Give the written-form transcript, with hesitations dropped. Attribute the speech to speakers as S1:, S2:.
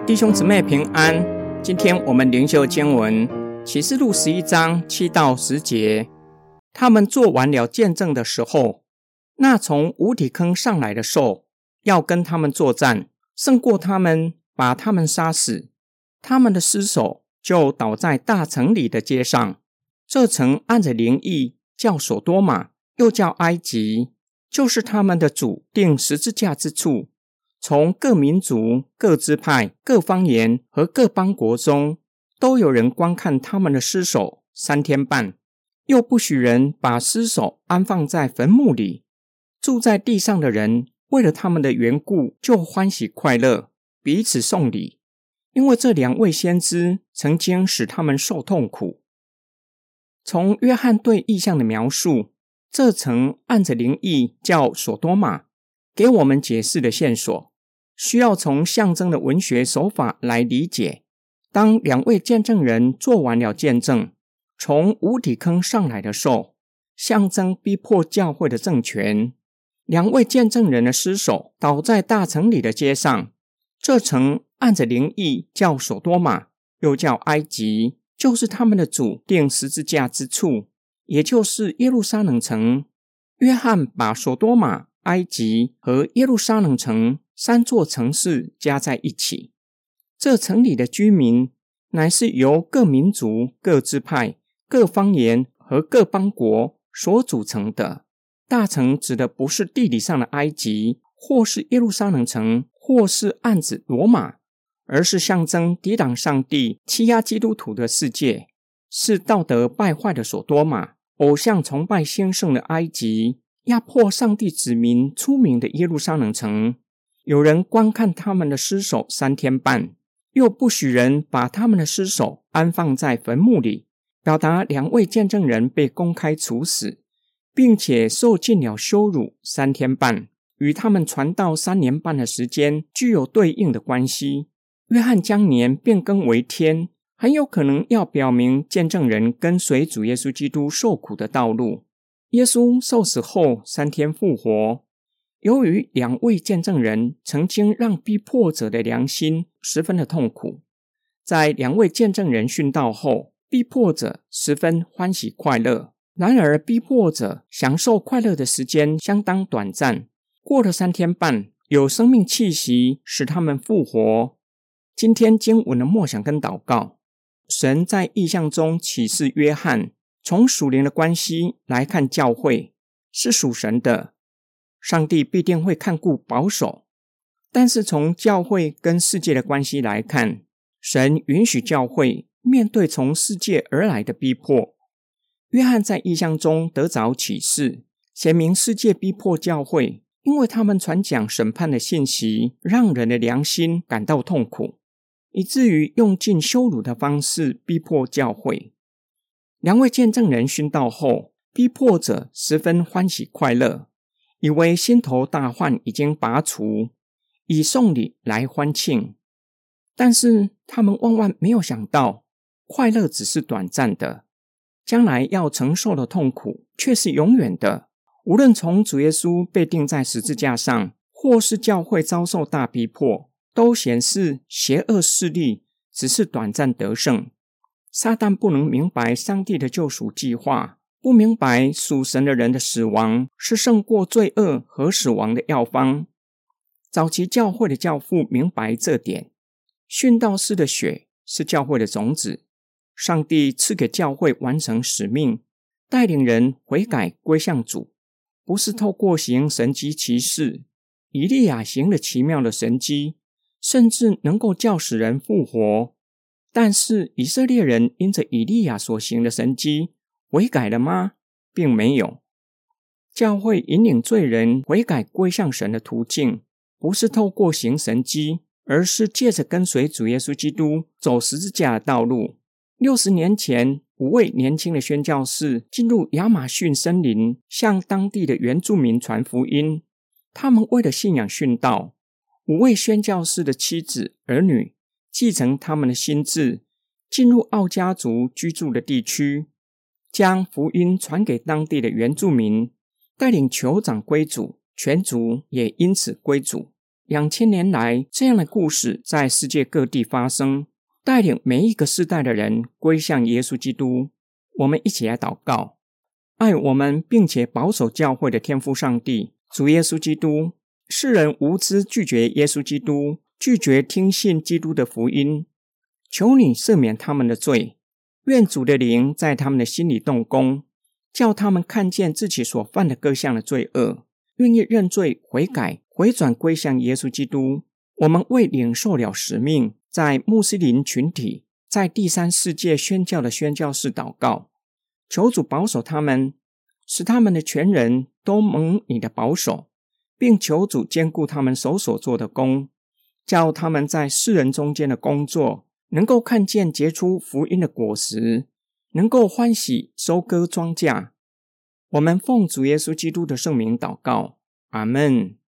S1: 弟兄姊妹平安，今天我们灵修经文启示录11章7到10节。他们做完了见证的时候，那从无底坑上来的兽要跟他们作战，胜过他们，把他们杀死。他们的尸首就倒在大城里的街上。这城按着灵意叫所多玛，又叫埃及，就是他们的主钉十字架之处。从各民族、各支派、各方言和各邦国中，都有人观看他们的尸首3天半，又不许人把尸首安放在坟墓里。住在地上的人为了他们的缘故就欢喜快乐，彼此送礼，因为这2位先知曾经使他们受痛苦。从约翰对异象的描述，这曾按着灵意叫所多玛，给我们解释的线索，需要从象征的文学手法来理解。当2位见证人做完了见证，从无底坑上来的兽象征逼迫教会的政权。2位见证人的尸首倒在大城里的街上。这城按着灵意叫所多玛，又叫埃及，就是他们的主钉十字架之处，也就是耶路撒冷城。约翰把所多玛、埃及和耶路撒冷城3座城市加在一起。这城里的居民乃是由各民族、各支派、各方言和各邦国所组成的。大城指的不是地理上的埃及，或是耶路撒冷城，或是暗指罗马，而是象征抵挡上帝、欺压基督徒的世界，是道德败坏的所多玛，偶像崇拜兴盛的埃及，压迫上帝子民出名的耶路撒冷城。有人观看他们的尸首3天半，又不许人把他们的尸首安放在坟墓里，表达2位见证人被公开处死，并且受尽了羞辱3天半，与他们传道3年半的时间具有对应的关系。约翰将年变更为天，很有可能要表明见证人跟随主耶稣基督受苦的道路。耶稣受死后3天复活，由于2位见证人曾经让逼迫者的良心十分的痛苦，在2位见证人殉道后，逼迫者十分欢喜快乐。然而逼迫者享受快乐的时间相当短暂，过了3天半，有生命气息使他们复活。今天经文的默想跟祷告，神在异象中启示约翰，从属灵的关系来看，教会是属神的，上帝必定会看顾保守。但是从教会跟世界的关系来看，神允许教会面对从世界而来的逼迫。约翰在异象中得着启示，显明世界逼迫教会，因为他们传讲审判的信息，让人的良心感到痛苦，以至于用尽羞辱的方式逼迫教会。2位见证人殉道后，逼迫者十分欢喜快乐，以为心头大患已经拔除，以送礼来欢庆。但是他们万万没有想到，快乐只是短暂的，将来要承受的痛苦却是永远的。无论从主耶稣被钉在十字架上，或是教会遭受大逼迫，都显示邪恶势力只是短暂得胜。撒旦不能明白上帝的救赎计划，不明白属神的人的死亡是胜过罪恶和死亡的药方。早期教会的教父明白这点，殉道士的血是教会的种子，上帝赐给教会完成使命，带领人悔改归向主，不是透过行神迹奇事。以利亚行了奇妙的神迹，甚至能够叫死人复活。但是以色列人因着以利亚所行的神迹悔改了吗？并没有。教会引领罪人悔改归向神的途径，不是透过行神迹，而是借着跟随主耶稣基督走十字架的道路。60年前，5位年轻的宣教士进入亚马逊森林，向当地的原住民传福音。他们为了信仰殉道，5位宣教士的妻子儿女继承他们的心志，进入奥家族居住的地区，将福音传给当地的原住民，带领酋长归主，全族也因此归主。 2000年来，这样的故事在世界各地发生，带领每一个世代的人归向耶稣基督。我们一起来祷告。爱我们并且保守教会的天父上帝，主耶稣基督，世人无知拒绝耶稣基督，拒绝听信基督的福音，求你赦免他们的罪，愿主的灵在他们的心里动工，叫他们看见自己所犯的各项的罪恶，愿意认罪悔改，回转归向耶稣基督。我们为领受了使命，在穆斯林群体在第三世界宣教的宣教士祷告，求主保守他们，使他们的全人都蒙你的保守，并求主兼顾他们手所做的工，叫他们在世人中间的工作能够看见结出福音的果实，能够欢喜收割庄稼。我们奉主耶稣基督的圣名祷告，阿们。